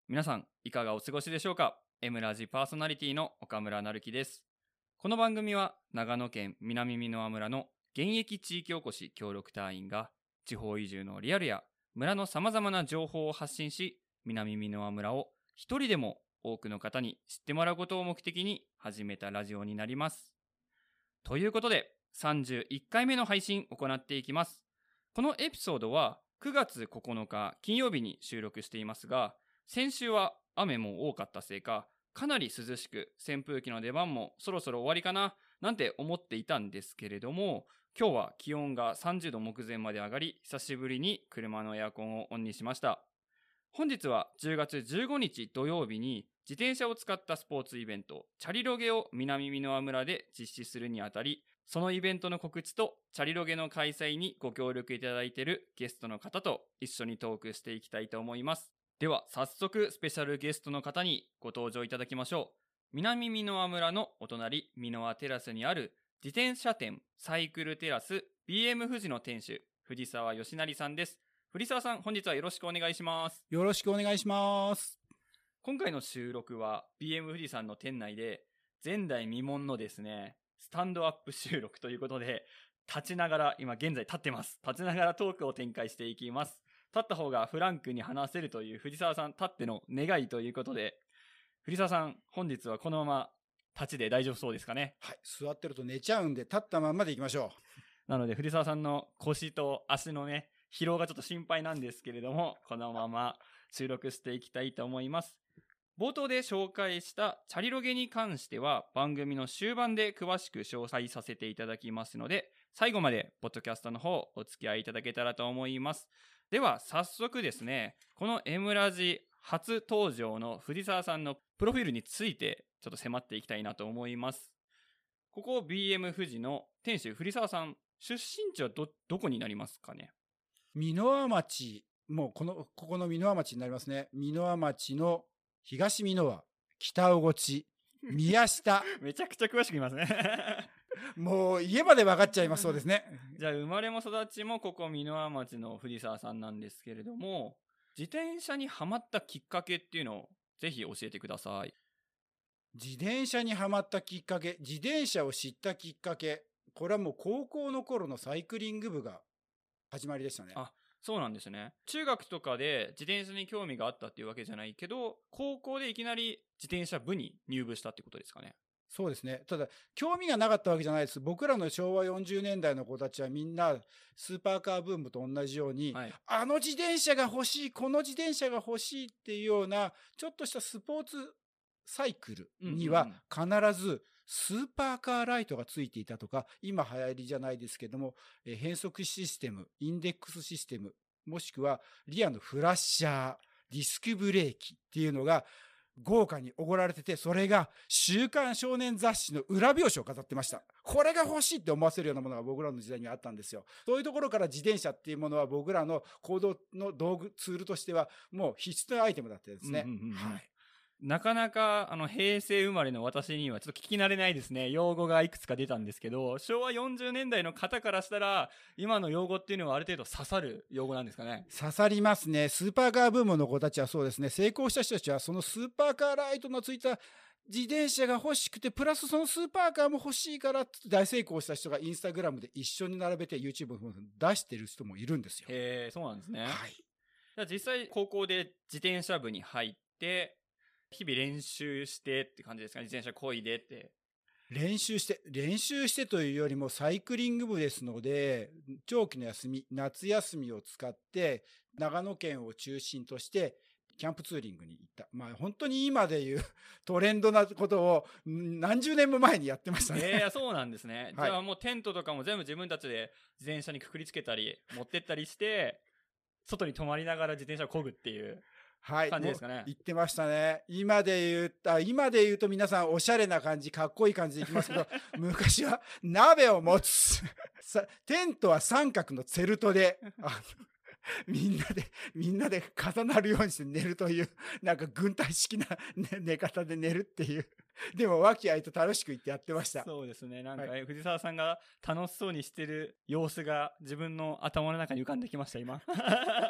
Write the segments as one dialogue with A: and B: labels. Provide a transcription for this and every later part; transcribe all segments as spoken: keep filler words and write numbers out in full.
A: 皆さんいかがお過ごしでしょうか。 M ラジパーソナリティの岡村成樹です。この番組は長野県南箕輪村の現役地域おこし協力隊員が地方移住のリアルや村のさまざまな情報を発信し、南箕輪村を一人でも多くの方に知ってもらうことを目的に始めたラジオになります。ということでさんじゅういっかいめの配信を行っていきます。このエピソードはくがつここのか金曜日に収録していますが、先週は雨も多かったせいかかなり涼しく、扇風機の出番もそろそろ終わりかななんて思っていたんですけれども、今日は気温がさんじゅうど目前まで上がり、久しぶりに車のエアコンをオンにしました。本日はじゅうがつじゅうごにち土曜日に自転車を使ったスポーツイベントチャリロゲを南箕輪村で実施するにあたり、そのイベントの告知とチャリロゲの開催にご協力いただいているゲストの方と一緒にトークしていきたいと思います。では早速スペシャルゲストの方にご登場いただきましょう。南箕輪村のお隣箕輪テラスにある自転車店サイクルテラス ビーエム 富士の店主藤沢義成さんです。藤沢さん、本日はよろしくお願いします。
B: よろしくお願いします。
A: 今回の収録は ビーエム 富士さんの店内で前代未聞のですねスタンドアップ収録ということで、立ちながら、今現在立ってます。立ちながらトークを展開していきます。立った方がフランクに話せるという藤沢さん立っての願いということで、藤沢さん、本日はこのまま立ちで大丈夫そうですかね。
B: はい、座ってると寝ちゃうんで立ったままでいきましょ
A: う。なので藤沢さんの腰と足のね疲労がちょっと心配なんですけれども、このまま収録していきたいと思います。冒頭で紹介したチャリロゲに関しては番組の終盤で詳しく詳細させていただきますので、最後までポッドキャストの方お付き合いいただけたらと思います。では早速ですね、この M ラジ初登場の藤沢さんのプロフィールについてちょっと迫っていきたいなと思います。ここ ビーエム 富士の店主藤沢さん、出身地は ど, どこになりますかね。
B: 箕輪町、もうこのここの箕輪町になりますね。箕輪町の東箕輪、北小口、宮下
A: めちゃくちゃ詳しく言いますね
B: もう家まで分かっちゃいますそうですね。
A: じゃあ生まれも育ちもここ箕輪町の藤沢さんなんですけれども、自転車にハマったきっかけっていうのをぜひ教えてください。
B: 自転車にハマったきっかけ、自転車を知ったきっかけ、これはもう高校の頃のサイクリング部が始まりでしたね。
A: あ、そうなんですね。中学とかで自転車に興味があったっていうわけじゃないけど、高校でいきなり自転車部に入部したってことですかね。
B: そうですね。ただ興味がなかったわけじゃないです。僕らのしょうわよんじゅうねんだいの子たちはみんなスーパーカーブームと同じように、はい、あの自転車が欲しい、この自転車が欲しいっていうようなちょっとしたスポーツサイクルには必ずスーパーカーライトがついていたとか、今流行りじゃないですけども、え変速システム、インデックスシステム、もしくはリアのフラッシャー、ディスクブレーキっていうのが豪華におごられてて、それが週刊少年雑誌の裏表紙を飾ってました。これが欲しいって思わせるようなものが僕らの時代にはあったんですよ。そういうところから自転車っていうものは僕らの行動の道具、ツールとしてはもう必須のアイテムだったですね。はい。
A: なかなかあの平成生まれの私にはちょっと聞き慣れないですね。用語がいくつか出たんですけど、しょうわよんじゅうねんだいの方からしたら今の用語っていうのはある程度刺さる用語なんですかね。
B: 刺さりますね。スーパーカーブームの子たちはそうですね。成功した人たちはそのスーパーカーライトのついた自転車が欲しくて、プラスそのスーパーカーも欲しいから大成功した人がインスタグラムで一緒に並べて YouTube を出してる人もいるんですよ。
A: へー、そうなんですね。
B: はい。
A: じゃあ実際高校で自転車部に入って日々練習してって感じですかね。自転車漕いでって
B: 練習して練習してというよりもサイクリング部ですので、長期の休み、夏休みを使って長野県を中心としてキャンプツーリングに行った。まあ本当に今でいうトレンドなことを何十年も前にやってましたね。
A: えー、そうなんですね。はい、じゃあもうテントとかも全部自分たちで自転車にくくりつけたり持ってったりして外に泊まりながら自転車を漕ぐっていう感じですかね。
B: はい、言ってましたね。今で言った今で言うと皆さんおしゃれな感じ、かっこいい感じでいきますけど昔は鍋を持つテントは三角のツェルトであみんなでみんなで重なるようにして寝るという、なんか軍隊式な、ね、寝方で寝るっていう。でも和気あいと楽しく言ってやってました。
A: そうですね。なんか、はい、藤沢さんが楽しそうにしてる様子が自分の頭の中に浮かんできました今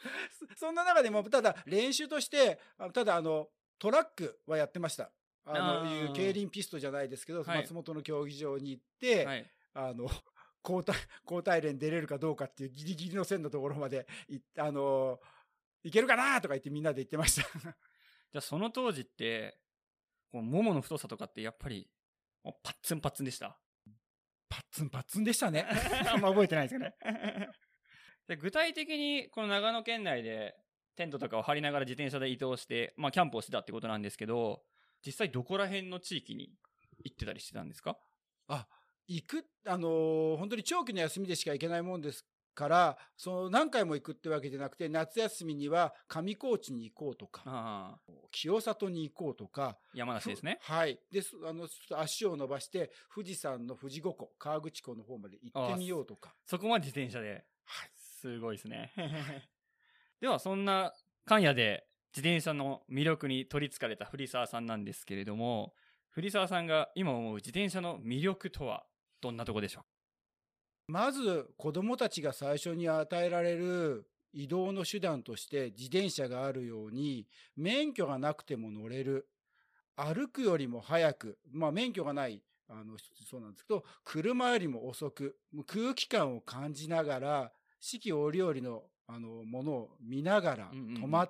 B: そんな中でも、ただ練習として、ただあの、トラックはやってました。あの、いう競輪ピストじゃないですけど、はい、松本の競技場に行って、はい、あの、交代、交代連出れるかどうかっていうギリギリの線のところまで、あの、いけるかなとか言ってみんなで言ってました。
A: じゃあその当時って、こうももの太さとかってやっぱり、パッツンパッツンでした？
B: パッツンパッツンでしたね。
A: あんま覚えてないですかね。で具体的にこの長野県内でテントとかを張りながら自転車で移動して、まあキャンプをしてたってことなんですけど、実際どこら辺の地域に行ってたりしてたんですか？
B: あ、行く、あのー、本当に長期の休みでしか行けないもんですから、その何回も行くってわけじゃなくて、夏休みには上高地に行こうとか、清里に行こうとか、
A: 山梨ですね。
B: はい。で、あの、足を伸ばして、富士山の富士五湖、河口湖の方まで行ってみようとか。
A: そこまで自転車で。
B: はい。
A: すごいですね。では、そんな関谷で自転車の魅力に取りつかれた藤沢さんなんですけれども、藤沢さんが今思う自転車の魅力とはどんなとこでしょ
B: う？まず子供たちが最初に与えられる移動の手段として自転車があるように、免許がなくても乗れる。歩くよりも早く、まあ免許がない、あの、そうなんですけど、車よりも遅く、空気感を感じながら、四季折々の、あの、ものを見ながら止まって、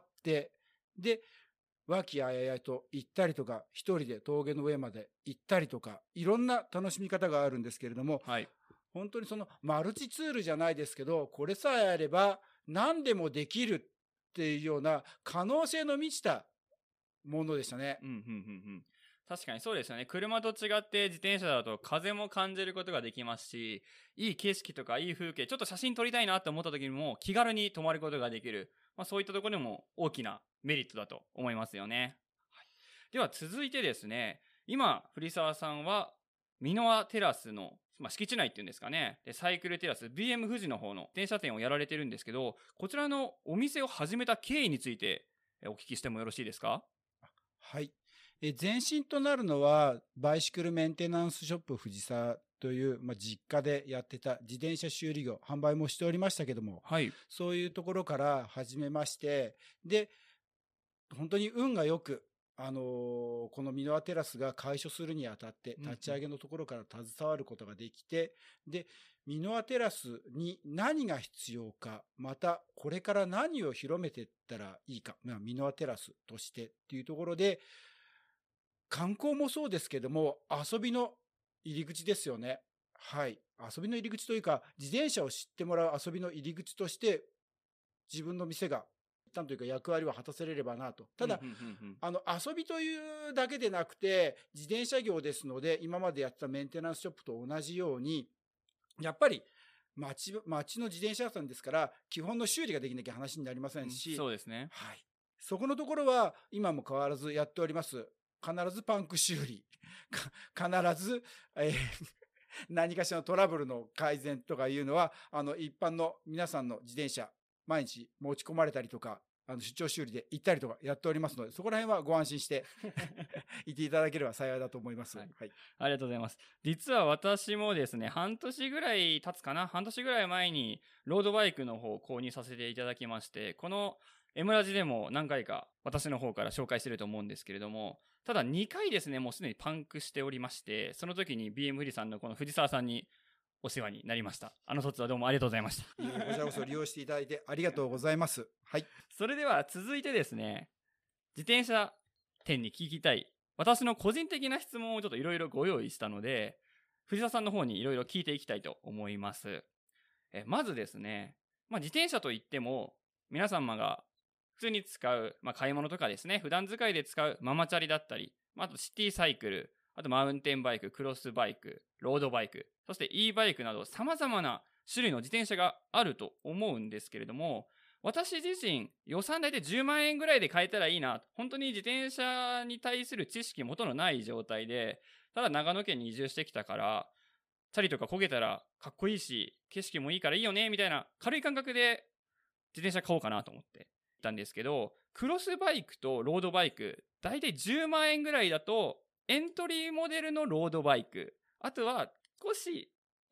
B: うんうん、で、和気あいあいと行ったりとか、一人で峠の上まで行ったりとか、いろんな楽しみ方があるんですけれども、
A: はい、
B: 本当にそのマルチツールじゃないですけど、これさえあれば何でもできるっていうような可能性の満ちたものでしたね。
A: うんうんうんうん。確かにそうですよね。車と違って自転車だと風も感じることができますし、いい景色とかいい風景、ちょっと写真撮りたいなって思った時にも気軽に泊まることができる。まあそういったところでも大きなメリットだと思いますよね。はい、では続いてですね、今、藤沢さんは美濃輪テラスの、まあ、敷地内っていうんですかね、でサイクルテラス ビーエム 富士の方の電車店をやられてるんですけど、こちらのお店を始めた経緯についてお聞きしてもよろしいですか？
B: はい。え前身となるのは、バイシクルメンテナンスショップ藤沢という、まあ、実家でやってた自転車修理業、販売もしておりましたけども、
A: はい、
B: そういうところから始めまして、で、本当に運がよく、あのー、この美濃輪テラスが開所するにあたって、立ち上げのところから携わることができて、うん、で、美濃輪テラスに何が必要か、またこれから何を広めていったらいいか、まあ、美濃輪テラスとしてっていうところで、観光もそうですけども、遊びの入り口ですよね。はい。遊びの入り口というか、自転車を知ってもらう遊びの入り口として、自分の店が、一旦というか役割を果たせれればなと。ただ、あの、遊びというだけでなくて、自転車業ですので、今までやってたメンテナンスショップと同じように、やっぱり、町、町の自転車屋さんですから、基本の修理ができなきゃ話になりませんし、
A: うん、そうですね。
B: はい。そこのところは、今も変わらずやっております。必ずパンク修理。必ず、えー、何かしらのトラブルの改善とかいうのは、あの、一般の皆さんの自転車、毎日持ち込まれたりとか、あの、出張修理で行ったりとかやっておりますので、そこら辺はご安心していていただければ幸いだと思います。はい。はい、
A: ありがとうございます。実は私もですね、半年ぐらい経つかな、半年ぐらい前に、ロードバイクの方を購入させていただきまして、この、エムラジでも何回か私の方から紹介してると思うんですけれども、ただにかいですね、もうすでにパンクしておりまして、その時に ビーエム 富士さんのこの藤沢さんにお世話になりました。あの卒はどうもありがとうございました。
B: こちらこそ利用していただいてありがとうございます。はい。
A: それでは続いてですね、自転車店に聞きたい、私の個人的な質問をちょっといろいろご用意したので、藤沢さんの方にいろいろ聞いていきたいと思います。えまずですね、まあ、自転車といっても、皆様が普通に使う、まあ、買い物とかですね、普段使いで使うママチャリだったり、あとシティサイクル、あとマウンテンバイク、クロスバイク、ロードバイク、そして e バイクなど様々な種類の自転車があると思うんですけれども、私自身予算大体じゅうまんえんぐらいで買えたらいいな、本当に自転車に対する知識元のない状態で、ただ長野県に移住してきたから、チャリとか焦げたらかっこいいし、景色もいいからいいよね、みたいな軽い感覚で自転車買おうかなと思ってたんですけど、クロスバイクとロードバイク、だいたいじゅうまんえんぐらいだと、エントリーモデルのロードバイク、あとは少し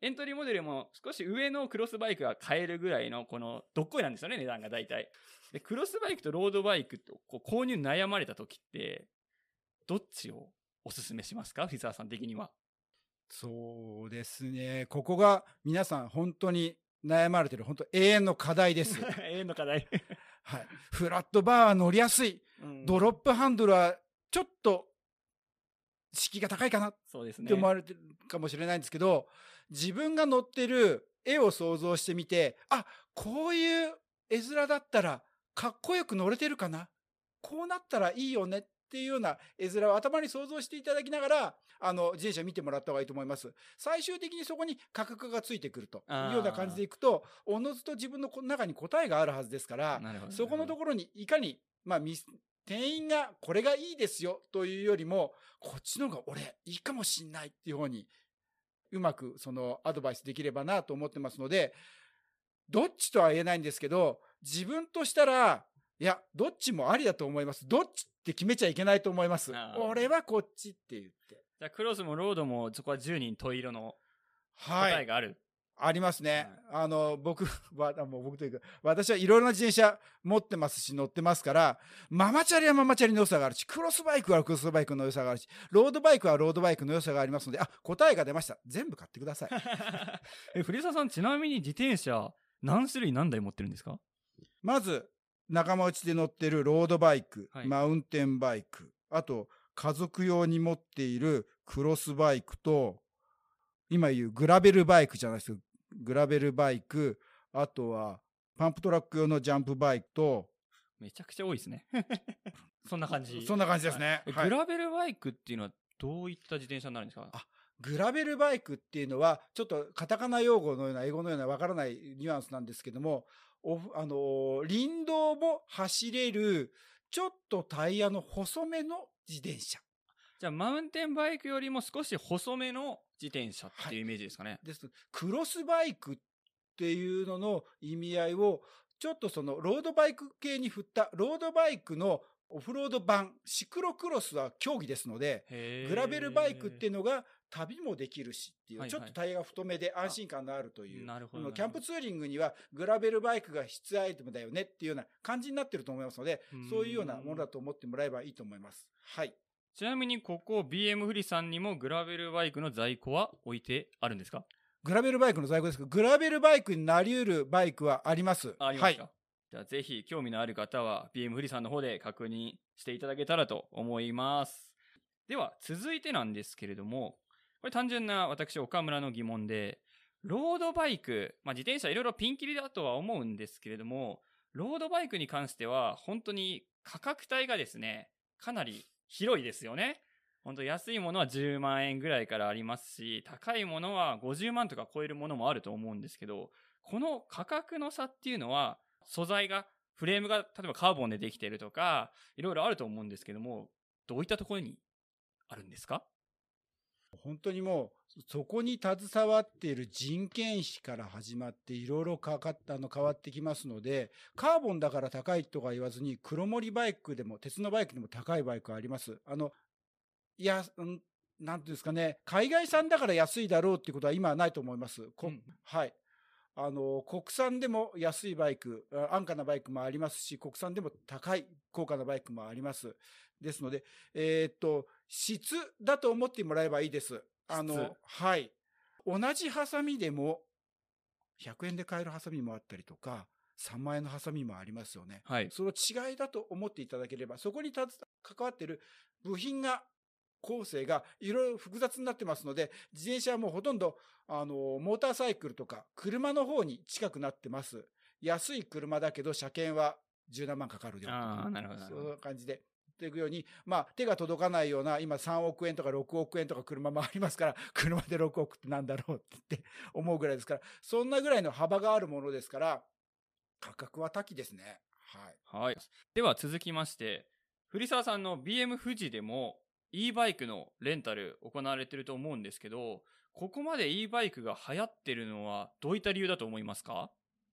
A: エントリーモデルも少し上のクロスバイクが買えるぐらいのこのどっこいなんですよね、値段が大体。で、クロスバイクとロードバイクとこう購入悩まれた時って、どっちをおすすめしますか、藤沢さん的には。
B: そうですね。ここが皆さん本当に悩まれてる、本当永遠の課題です。
A: 永遠の課題。
B: はい。フラットバーは乗りやすい。うん、ドロップハンドルはちょっと敷居が高いかなって思われてるかもしれないんですけど、自分が乗ってる絵を想像してみて、あ、こういう絵面だったらかっこよく乗れてるかな、こうなったらいいよねっていうような絵面を頭に想像していただきながら、あの自転車見てもらった方がいいと思います。最終的にそこに価格がついてくるというような感じでいくと、おのずと自分の中に答えがあるはずですから、そこのところにいかに、まあ、店員がこれがいいですよというよりも、こっちの方が俺いいかもしんないっていう方にうまくそのアドバイスできればなと思ってますので、どっちとは言えないんですけど、自分としたら、いや、どっちもありだと思います。どっちって決めちゃいけないと思います。俺はこっちって言って。
A: じゃあクロスもロードもそこはじゅうにん十色の答えがある。はい、
B: ありますね。はい、あの、僕は、もう僕というか、私はいろいろな自転車持ってますし、乗ってますから、ママチャリはママチャリの良さがあるし、クロスバイクはクロスバイクの良さがあるし、ロードバイクはロードバイクの良さがありますので、あ、答えが出ました。全部買ってください。
A: え、藤沢さん、ちなみに自転車、何種類何台持ってるんですか？
B: まず、仲間内で乗ってるロードバイク、はい、マウンテンバイク、あと、家族用に持っているクロスバイクと、今言うグラベルバイクじゃないですか。グラベルバイク、あとはパンプトラック用のジャンプバイクと。
A: めちゃくちゃ多いですね。そんな感じ。
B: そんな感じですね。
A: はい、グラベルバイクっていうのはどういった自転車になるんですか？
B: あ、グラベルバイクっていうのは、ちょっとカタカナ用語のような英語のようなわからないニュアンスなんですけども、おあのー、林道も走れる、ちょっとタイヤの細めの自転車。
A: じゃあマウンテンバイクよりも少し細めの自転車っていうイメージですかね。はい、
B: です。クロスバイクっていうのの意味合いをちょっとそのロードバイク系に振ったロードバイクのオフロード版、シクロクロスは競技ですので、グラベルバイクっていうのが旅もできるしっていう、はいはい、ちょっとタイヤが太めで安心感のあるという、なるほど、キャンプツーリングにはグラベルバイクが必須アイテムだよねっていうような感じになってると思いますので、そういうようなものだと思ってもらえばいいと思います。はい。
A: ちなみにここ ビーエム フリさんにもグラベルバイクの在庫は置いてあるんですか？
B: グラベルバイクの在庫ですけど、グラベルバイクになり得るバイクはあります。
A: ありますか？はい。じゃあぜひ興味のある方は ビーエム フリさんの方で確認していただけたらと思います。では続いてなんですけれども、これ単純な私岡村の疑問で、ロードバイク、まあ、自転車いろいろピンキリだとは思うんですけれども、ロードバイクに関しては本当に価格帯がですね、かなり広いですよね。本当安いものはじゅうまんえんぐらいからありますし、高いものはごじゅうまんとか超えるものもあると思うんですけど、この価格の差っていうのは、素材が、フレームが例えばカーボンでできているとか、いろいろあると思うんですけども、どういったところにあるんですか？
B: 本当にもう、そこに携わっている人件費から始まっていろいろかかったの変わってきますので、カーボンだから高いとか言わずに、黒森バイクでも鉄のバイクでも高いバイクあります。あの、いや、うん、なんていうんですかね、海外産だから安いだろうっていうことは今はないと思います。うん、はい。あの、国産でも安いバイク、安価なバイクもありますし、国産でも高い高価なバイクもあります。ですので、えー、っと、質だと思ってもらえばいいです。あの、はい。同じハサミでも、ひゃくえんで買えるハサミもあったりとか、さんまんえんのハサミもありますよね。はい。その違いだと思っていただければ、そこに関わっている部品が、構成がいろいろ複雑になってますので、自転車はもうほとんど、あの、モーターサイクルとか、車の方に近くなってます。安い車だけど、車検はじゅうなんまんかかるよとか。
A: ああ、なるほど。
B: そういう感じで。っていくように、まあ、手が届かないような、今さんおくえんとかろくおくえんとか車もありますから、車でろくおくってなんだろうって言って思うぐらいですから、そんなぐらいの幅があるものですから、価格は多岐ですね。はい。
A: はい。では続きまして、藤沢さんの ビーエム 富士でも e バイクのレンタル行われてると思うんですけど、ここまで e バイクが流行ってるのはどういった理由だと思いますか？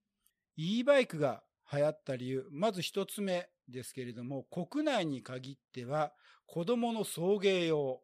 B: e バイクが流行った理由、まず一つ目ですけれども、国内に限っては子供の送迎用、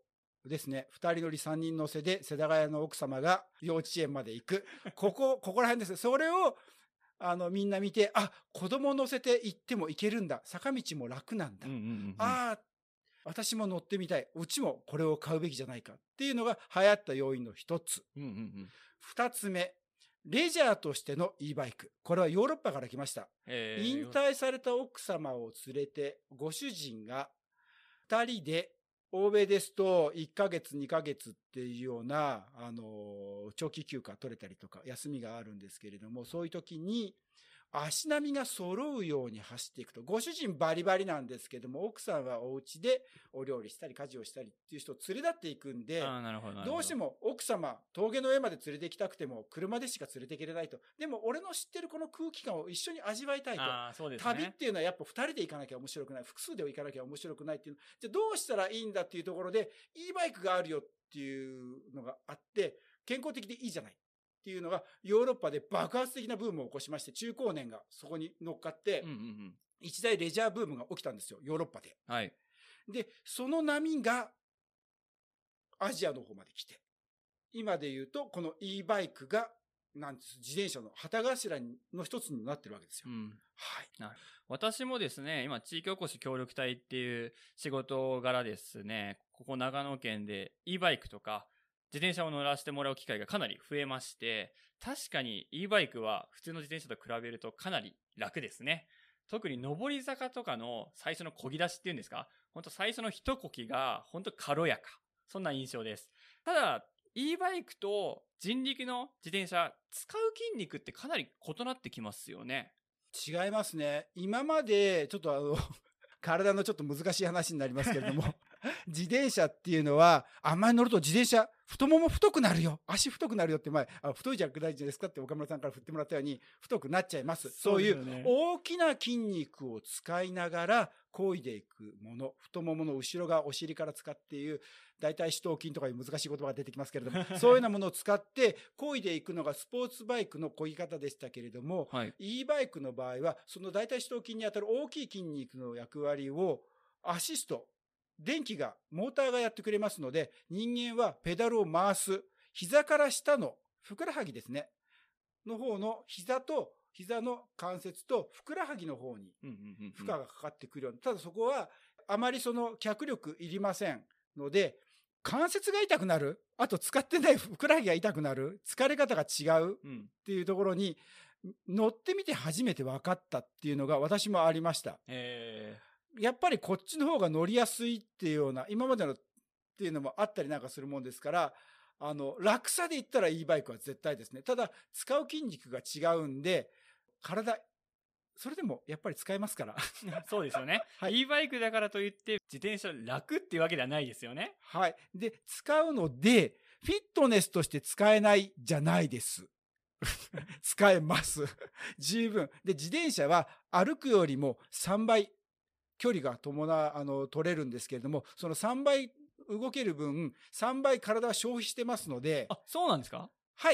B: ですね。ふたり乗りさんにん乗せで世田谷の奥様が幼稚園まで行く。ここ、ここら辺です。それを、あの、みんな見て、あ、子供乗せて行っても行けるんだ。坂道も楽なんだ。
A: うんうんうんうん、
B: ああ、私も乗ってみたい。うちもこれを買うべきじゃないかっていうのが流行った要因の一つ。
A: うんうんうん、
B: 二つ目、レジャーとしての e バイク。これはヨーロッパから来ました。
A: えー、
B: 引退された奥様を連れて、ご主人が二人で、欧米ですといっかげつ、にかげつっていうような、あの、長期休暇取れたりとか、休みがあるんですけれども、そういう時に、足並みが揃うように走っていくと。ご主人バリバリなんですけども、奥さんはお家でお料理したり家事をしたりっていう人を連れ立っていくんで、どうしても奥様、峠の上まで連れて行きたくても車でしか連れて行けれないと。でも俺の知ってるこの空気感を一緒に味わいたいと。
A: あ、そうですね、
B: 旅っていうのはやっぱ二人で行かなきゃ面白くない。複数で行かなきゃ面白くないっていう。じゃあどうしたらいいんだっていうところで、e バイクがあるよっていうのがあって、健康的でいいじゃない。っていうのがヨーロッパで爆発的なブームを起こしまして、中高年がそこに乗っかって、一大レジャーブームが起きたんですよ、ヨーロッパで。
A: はい。
B: で、その波がアジアの方まで来て、今で言うと、この e バイクが、なんです自転車の旗頭の一つになってるわけですよ。うん、
A: はい。なる私もですね、今、地域おこし協力隊っていう仕事柄ですね、ここ長野県で e バイクとか、自転車を乗らせてもらう機会がかなり増えまして、確かに e バイクは普通の自転車と比べるとかなり楽ですね。特に上り坂とかの最初の漕ぎ出しっていうんですか、本当最初の一漕ぎが本当軽やか。そんな印象です。ただ、e バイクと人力の自転車、使う筋肉ってかなり異なってきますよね。
B: 違いますね。今まで、ちょっとあの、体のちょっと難しい話になりますけれども、自転車っていうのは、あんまり乗ると自転車、太もも太くなるよ。足太くなるよって前、あ太いじゃないじゃないですかって岡村さんから振ってもらったように、太くなっちゃいます。そういう大きな筋肉を使いながら、漕いでいくもの、太ももの後ろがお尻から使っている、大腿四頭筋とかいう難しい言葉が出てきますけれども、そういうようなものを使って漕いでいくのがスポーツバイクの漕ぎ方でしたけれども、はい、e バイクの場合は、その大腿四頭筋にあたる大きい筋肉の役割をアシスト、電気が、モーターがやってくれますので、人間はペダルを回す、膝から下のふくらはぎですね、の方の膝と、膝の関節とふくらはぎの方に負荷がかかってくるような。ただそこはあまりその脚力いりませんので、関節が痛くなる、あと使ってないふくらはぎが痛くなる、疲れ方が違うっていうところに乗ってみて初めて分かったっていうのが私もありました。
A: へー。
B: やっぱりこっちの方が乗りやすいっていうような、今までのっていうのもあったりなんかするもんですから、あの、楽さで言ったら e バイクは絶対ですね。ただ、使う筋肉が違うんで、体、それでもやっぱり使えますから。
A: そうですよね。はい、e バイクだからといって自転車楽っていうわけではないですよね。
B: はい。で、使うので、フィットネスとして使えないじゃないです。使えます。十分。で、自転車は歩くよりもさんばい距離が伴あの取れるんですけれども、そのさんばい動ける分、さんばい体は消費してますので。
A: あ、そうなんですか？
B: はい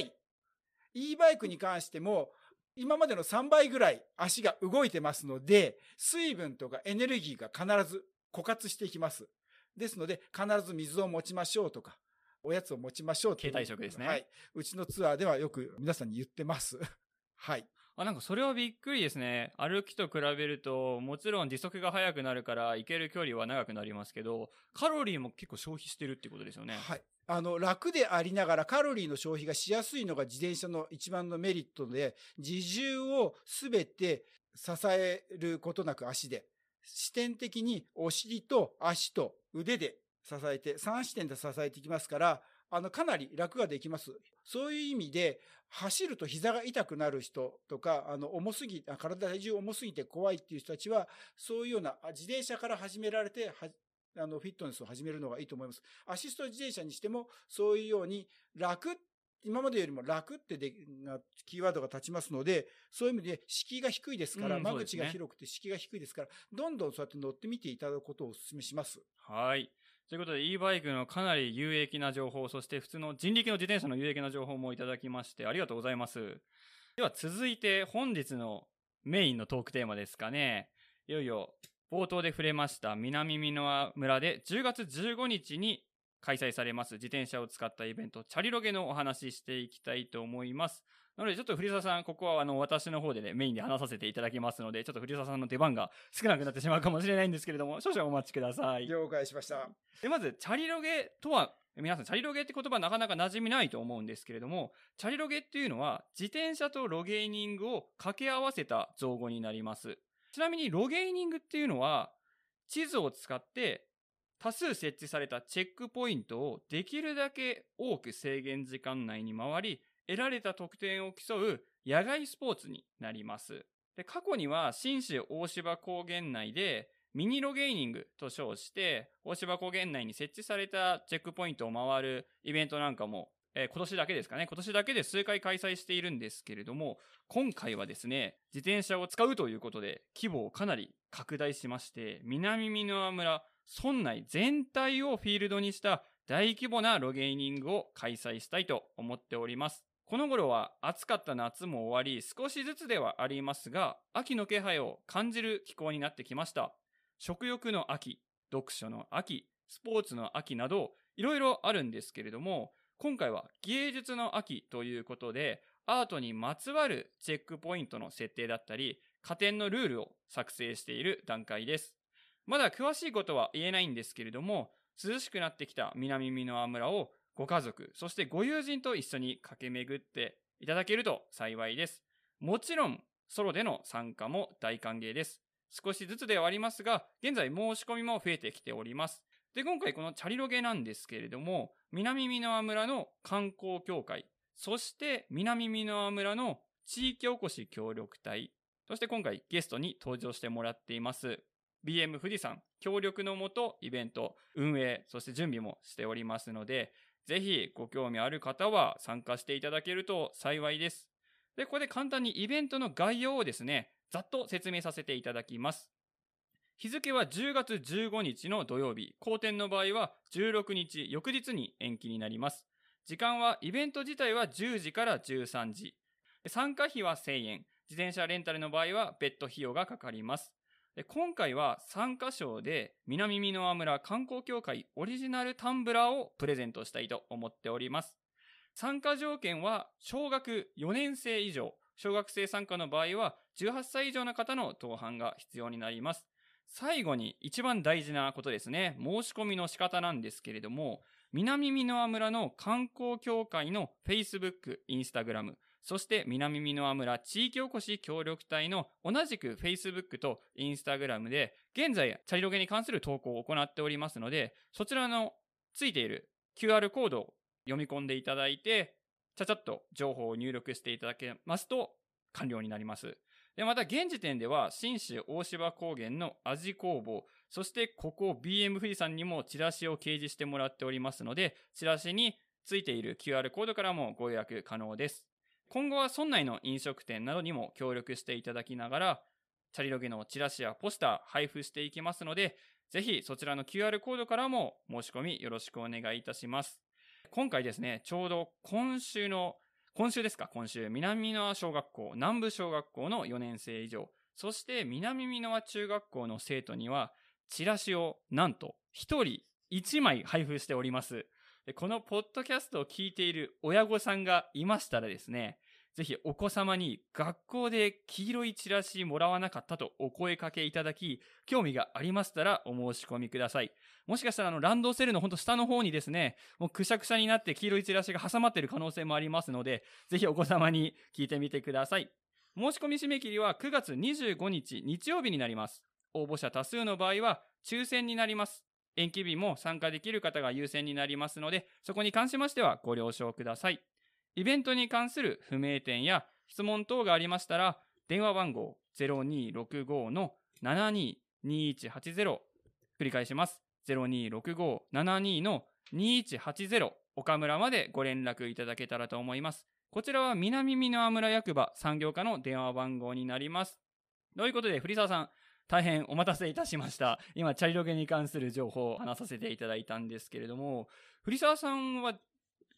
B: 。e バイクに関しても、今までのさんばいぐらい足が動いてますので、水分とかエネルギーが必ず枯渇していきます。ですので、必ず水を持ちましょうとか、おやつを持ちましょうという。
A: 携帯食ですね。
B: はい。うちのツアーではよく皆さんに言ってます。はい。
A: あ、なんかそれはびっくりですね。歩きと比べると、もちろん時速が速くなるから行ける距離は長くなりますけど、カロリーも結構消費してるってことですよね。
B: はい。あの、楽でありながらカロリーの消費がしやすいのが自転車の一番のメリットで、自重をすべて支えることなく足で、視点的にお尻と足と腕で支えて、さん視点で支えていきますから、あの、かなり楽ができます。そういう意味で、走ると膝が痛くなる人とか、あの、重すぎ、体体重重すぎて怖いっていう人たちは、そういうような自転車から始められて、あの、フィットネスを始めるのがいいと思います。アシスト自転車にしても、そういうように楽、今までよりも楽ってでキーワードが立ちますので、そういう意味で敷居が低いですから、うん、間口が広くて敷居が低いですから、どんどんそうやって乗ってみていただくことをお勧めします。
A: はい。ということで e バイクのかなり有益な情報、そして普通の人力の自転車の有益な情報もいただきましてありがとうございます。では続いて本日のメインのトークテーマですかね。いよいよ冒頭で触れました南箕輪村でじゅうがつじゅうごにちに開催されます自転車を使ったイベント、チャリロゲのお話ししていきたいと思います。なのでちょっと藤沢さん、ここはあの私の方でね、メインで話させていただきますので、ちょっと藤沢さんの出番が少なくなってしまうかもしれないんですけれども、少々お待ちください。
B: 了解しました。
A: で、まず、チャリロゲとは、皆さん、チャリロゲって言葉なかなか馴染みないと思うんですけれども、チャリロゲっていうのは、自転車とロゲーニングを掛け合わせた造語になります。ちなみに、ロゲーニングっていうのは、地図を使って、多数設置されたチェックポイントをできるだけ多く制限時間内に回り、得られた得点を競う野外スポーツになります。で、過去には信州大芝高原内でミニロゲーニングと称して大芝高原内に設置されたチェックポイントを回るイベントなんかも、えー、今年だけですかね、今年だけで数回開催しているんですけれども、今回はですね、自転車を使うということで規模をかなり拡大しまして、南箕輪村村内全体をフィールドにした大規模なロゲーニングを開催したいと思っております。この頃は暑かった夏も終わり、少しずつではありますが、秋の気配を感じる気候になってきました。食欲の秋、読書の秋、スポーツの秋など、いろいろあるんですけれども、今回は芸術の秋ということで、アートにまつわるチェックポイントの設定だったり、加点のルールを作成している段階です。まだ詳しいことは言えないんですけれども、涼しくなってきた南箕輪村をご家族、そしてご友人と一緒に駆け巡っていただけると幸いです。もちろん、ソロでの参加も大歓迎です。少しずつではありますが、現在申し込みも増えてきております。で、今回このチャリロゲなんですけれども、南箕輪村の観光協会、そして南箕輪村の地域おこし協力隊、そして今回ゲストに登場してもらっています、ビーエム 富士山協力のもとイベント運営、そして準備もしておりますので、ぜひご興味ある方は参加していただけると幸いです。で、ここで簡単にイベントの概要をですね、ざっと説明させていただきます。日付はじゅうがつじゅうごにちの土曜日、後天の場合はじゅうろくにち翌日に延期になります。時間はイベント自体はじゅうじからじゅうさんじ。参加費はせんえん。自転車レンタルの場合は別途費用がかかります。で、今回は参加賞で南箕輪村観光協会オリジナルタンブラーをプレゼントしたいと思っております。参加条件は小学よねんせい以上、小学生参加の場合はじゅうはっさい以上の方の同伴が必要になります。最後に一番大事なことですね、申し込みの仕方なんですけれども、南箕輪村の観光協会の Facebook、Instagram、そして南箕輪村地域おこし協力隊の同じく Facebook と Instagram で現在チャリロゲに関する投稿を行っておりますので、そちらのついている キューアール コードを読み込んでいただいて、ちゃちゃっと情報を入力していただけますと完了になります。で、また現時点では信州大芝高原の味工房、そしてここ ビーエム 富士山にもチラシを掲示してもらっておりますので、チラシについている キューアール コードからもご予約可能です。今後は村内の飲食店などにも協力していただきながら、チャリロゲのチラシやポスター配布していきますので、ぜひそちらの キューアール コードからも申し込みよろしくお願いいたします。今回ですね、ちょうど今週の今週ですか、今週、南箕輪小学校、南部小学校のよねんせい以上、そして南箕輪中学校の生徒には、チラシをなんとひとりいちまい配布しております。で、このポッドキャストを聞いている親御さんがいましたらですね、ぜひお子様に学校で黄色いチラシもらわなかったとお声かけいただき、興味がありましたらお申し込みください。もしかしたらあのランドセルのほんと下の方にですね、もうくしゃくしゃになって黄色いチラシが挟まっている可能性もありますので、ぜひお子様に聞いてみてください。申し込み締め切りはくがつにじゅうごにち日曜日になります。応募者多数の場合は抽選になります。延期日も参加できる方が優先になりますので、そこに関しましてはご了承ください。イベントに関する不明点や質問等がありましたら、電話番号 ゼロにーろくご のななにーにーいちはちゼロ、繰り返します。ゼロにーろくご ななにー のにーいちはちゼロ、岡村までご連絡いただけたらと思います。こちらは南箕輪村役場産業課の電話番号になります。ということで、藤沢さん、大変お待たせいたしました。今、チャリロゲに関する情報を話させていただいたんですけれども、藤沢さんは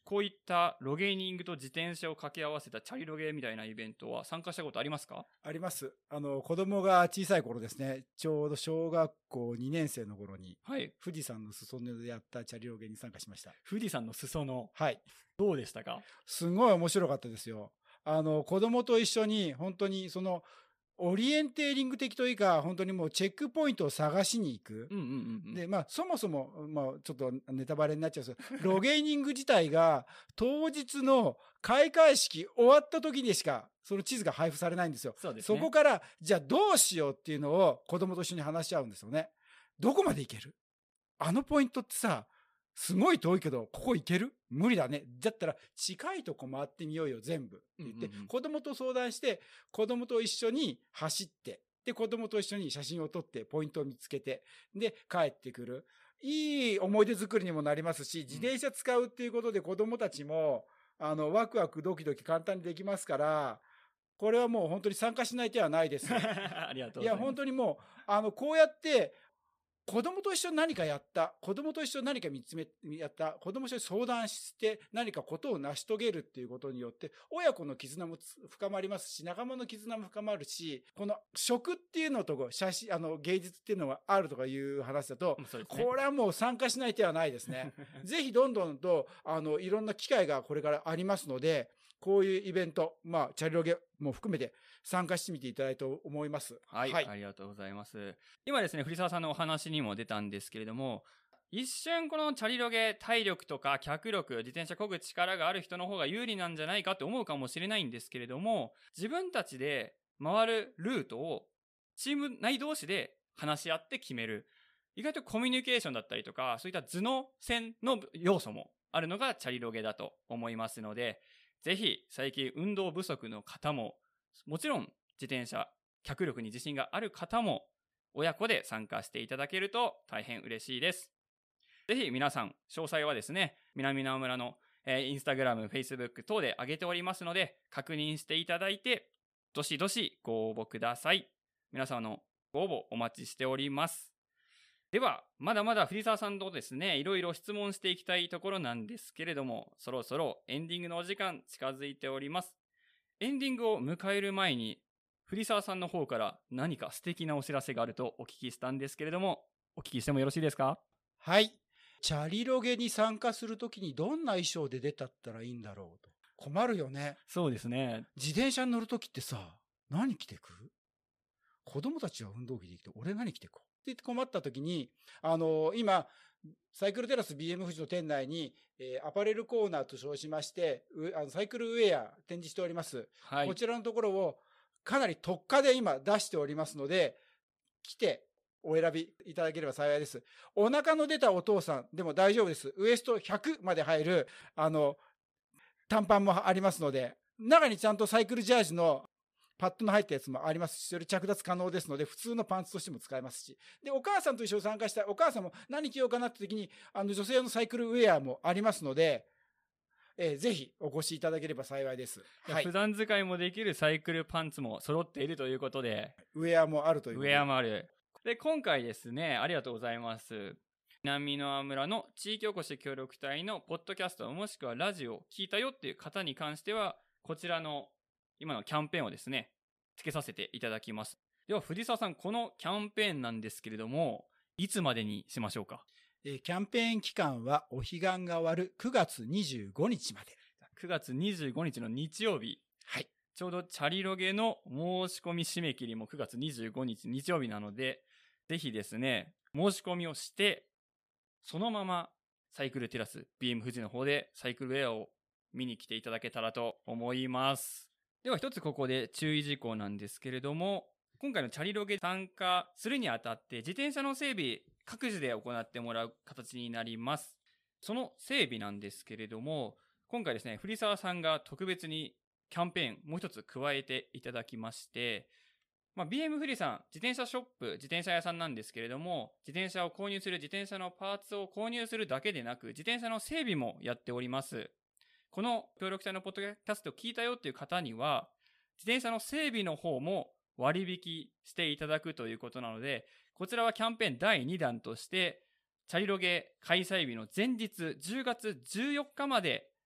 A: こういったロゲーニングと自転車を掛け合わせたチャリロゲみたいなイベントは参加したことありますか？
B: あります。あの、子供が小さい頃ですね、ちょうど小学校にねん生の頃に、はい、富士山の裾野でやったチャリロゲに参加しました。
A: 富士山の裾野。
B: はい。
A: どうでしたか？
B: すごい面白かったですよ。あの、子供と一緒に、本当にその、オリエンテーリング的というか、本当にもうチェックポイントを探しに行く。
A: うんうんうんうん、
B: で、まあ、そもそも、まあ、ちょっとネタバレになっちゃうんですけど、ロゲーニング自体が当日の開会式終わった時にしか、その地図が配布されないんですよ。
A: そうですね。
B: そこから、じゃあどうしようっていうのを子供と一緒に話し合うんですよね。どこまで行ける？あのポイントってさ、すごい遠いけど、ここ行ける？無理だね。だったら、近いとこ回ってみようよ、全部。って言って、うんうんうん、子供と相談して、子供と一緒に走って、で、子供と一緒に写真を撮って、ポイントを見つけて、で、帰ってくる。いい思い出作りにもなりますし、自転車使うっていうことで子供たちも、あの、ワクワクドキドキ簡単にできますから、これはもう本当に参加しない手はないです。
A: ありがとうございます。
B: いや、本当にもう、あの、こうやって、子供と一緒に何かやった。子供と一緒に何か見つめ、やった。子供と一緒に相談して何かことを成し遂げるっていうことによって、親子の絆も深まりますし、仲間の絆も深まるし、この食っていうのと写真、あの芸術っていうのがあるとかいう話だと、ね、これはもう参加しない手はないですね。ぜひどんどんと、あの、いろんな機会がこれからありますので、こういうイベント、まあ、チャリロゲも含めて参加してみていただいたと思います。
A: はい。はい、ありがとうございます。今ですね、藤沢さんのお話にも出たんですけれども、一瞬このチャリロゲ、体力とか脚力、自転車漕ぐ力がある人の方が有利なんじゃないかって思うかもしれないんですけれども、自分たちで回るルートをチーム内同士で話し合って決める。意外とコミュニケーションだったりとか、そういった頭脳戦の要素もあるのがチャリロゲだと思いますので、ぜひ最近運動不足の方も、もちろん自転車、脚力に自信がある方も、親子で参加していただけると大変嬉しいです。ぜひ皆さん、詳細はですね、南直村の、えー、インスタグラム、フェイスブック等で上げておりますので、確認していただいて、どしどしご応募ください。皆さんのご応募お待ちしております。では、まだまだ藤沢さんとですね、いろいろ質問していきたいところなんですけれども、そろそろエンディングのお時間近づいております。エンディングを迎える前に、藤沢さんの方から何か素敵なお知らせがあるとお聞きしたんですけれども、お聞きしてもよろしいですか？
B: はい。チャリロゲに参加するときにどんな衣装で出たったらいいんだろうと。困るよね。
A: そうですね。
B: 自転車に乗るときってさ、何着てく？子供たちは運動着で行くと、俺何着てこうって困ったときに、あのー、今、サイクルテラス ビーエム 富士の店内に、えー、アパレルコーナーと称しまして、あのサイクルウェア展示しております。はい、こちらのところをかなり特価で今出しておりますので、来てお選びいただければ幸いです。お腹の出たお父さんでも大丈夫です。ウエストひゃくまで入る、あの、短パンもありますので、中にちゃんとサイクルジャージのパッドの入ったやつもありますし、それ着脱可能ですので、普通のパンツとしても使えますし。で、お母さんと一緒に参加したい。お母さんも何着ようかなって時に、あの、女性用のサイクルウェアもありますので、えー、ぜひお越しいただければ幸いです。
A: はい、普段使いもできるサイクルパンツも揃っているということで。
B: ウェアもあるということで。
A: ウェアもある。で、今回ですね、ありがとうございます。南の村の地域おこし協力隊のポッドキャストもしくはラジオを聞いたよっていう方に関しては、こちらの今のキャンペーンをですね、つけさせていただきます。では藤沢さん、このキャンペーンなんですけれども、いつまでにしましょうか？
B: えー、キャンペーン期間はお彼岸が終わるくがつにじゅうごにちまで。
A: くがつにじゅうごにちの日曜日。
B: はい。
A: ちょうどチャリロゲの申し込み締め切りもくがつにじゅうごにち日曜日なので、ぜひですね、申し込みをして、そのままサイクルテラス ビーエム 富士の方でサイクルウェアを見に来ていただけたらと思います。では一つここで注意事項なんですけれども、今回のチャリロゲ参加するにあたって自転車の整備各自で行ってもらう形になります。その整備なんですけれども、今回ですね、藤沢さんが特別にキャンペーンもう一つ加えていただきまして、まあ、ビーエム 富士さん、自転車ショップ、自転車屋さんなんですけれども、自転車を購入する、自転車のパーツを購入するだけでなく、自転車の整備もやっております。この協力隊のポッドキャストを聞いたよっていう方には、自転車の整備の方も割引していただくということなので、こちらはキャンペーンだいにだんとして、チャリロゲ開催日の前日じゅうがつじゅうよっかまで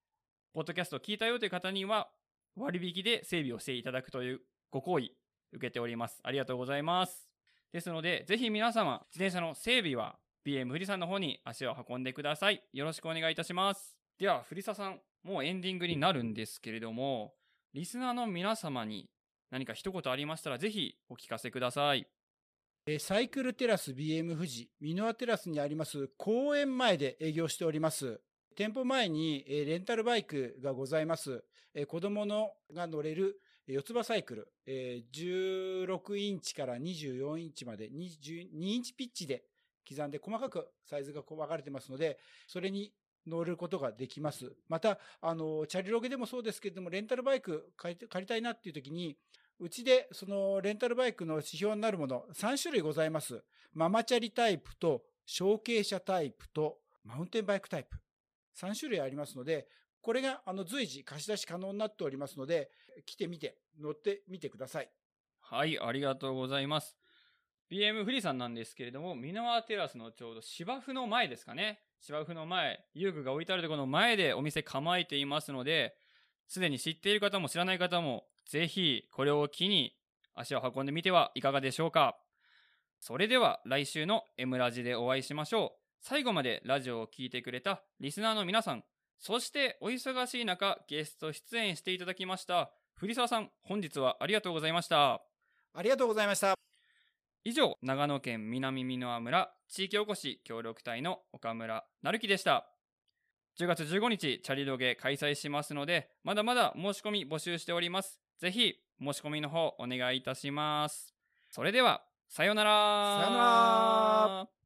A: ポッドキャストを聞いたよという方には割引で整備をしていただくというご好意受けております。ありがとうございます。ですので、ぜひ皆様、自転車の整備は ビーエム 富士山の方に足を運んでください。よろしくお願いいたします。では、藤沢さん、もうエンディングになるんですけれども、リスナーの皆様に何か一言ありましたら、ぜひお聞かせください。
B: サイクルテラス ビーエム 富士、ミノアテラスにあります公園前で営業しております。店舗前にレンタルバイクがございます。子供のが乗れる四つ葉サイクル、じゅうろくインチからにじゅうよんインチまでにじゅうにインチピッチで刻んで細かくサイズが分かれてますので、それに乗ることができます。また、あの、チャリロケでもそうですけれども、レンタルバイク借り、借りたいなっていう時に、うちでそのレンタルバイクの指標になるものさん種類ございます。ママチャリタイプと小径車タイプとマウンテンバイクタイプ。さん種類ありますので、これがあの随時貸し出し可能になっておりますので、来てみて、乗ってみてください。
A: はい、ありがとうございます。ビーエム 富士山なんですけれども、ミノアテラスのちょうど芝生の前ですかね。芝生の前、遊具が置いてあるところの前でお店構えていますので、すでに知っている方も知らない方も、ぜひこれを機に足を運んでみてはいかがでしょうか。それでは来週の M ラジでお会いしましょう。最後までラジオを聞いてくれたリスナーの皆さん、そしてお忙しい中ゲスト出演していただきました藤沢さん、本日はありがとうございました。
B: ありがとうございました。
A: 以上、長野県南箕輪村地域おこし協力隊の岡村成樹でした。じゅうがつじゅうごにちチャリロゲ開催しますので、まだまだ申し込み募集しております。ぜひ申し込みの方お願いいたします。それではさようなら。
B: さようなら。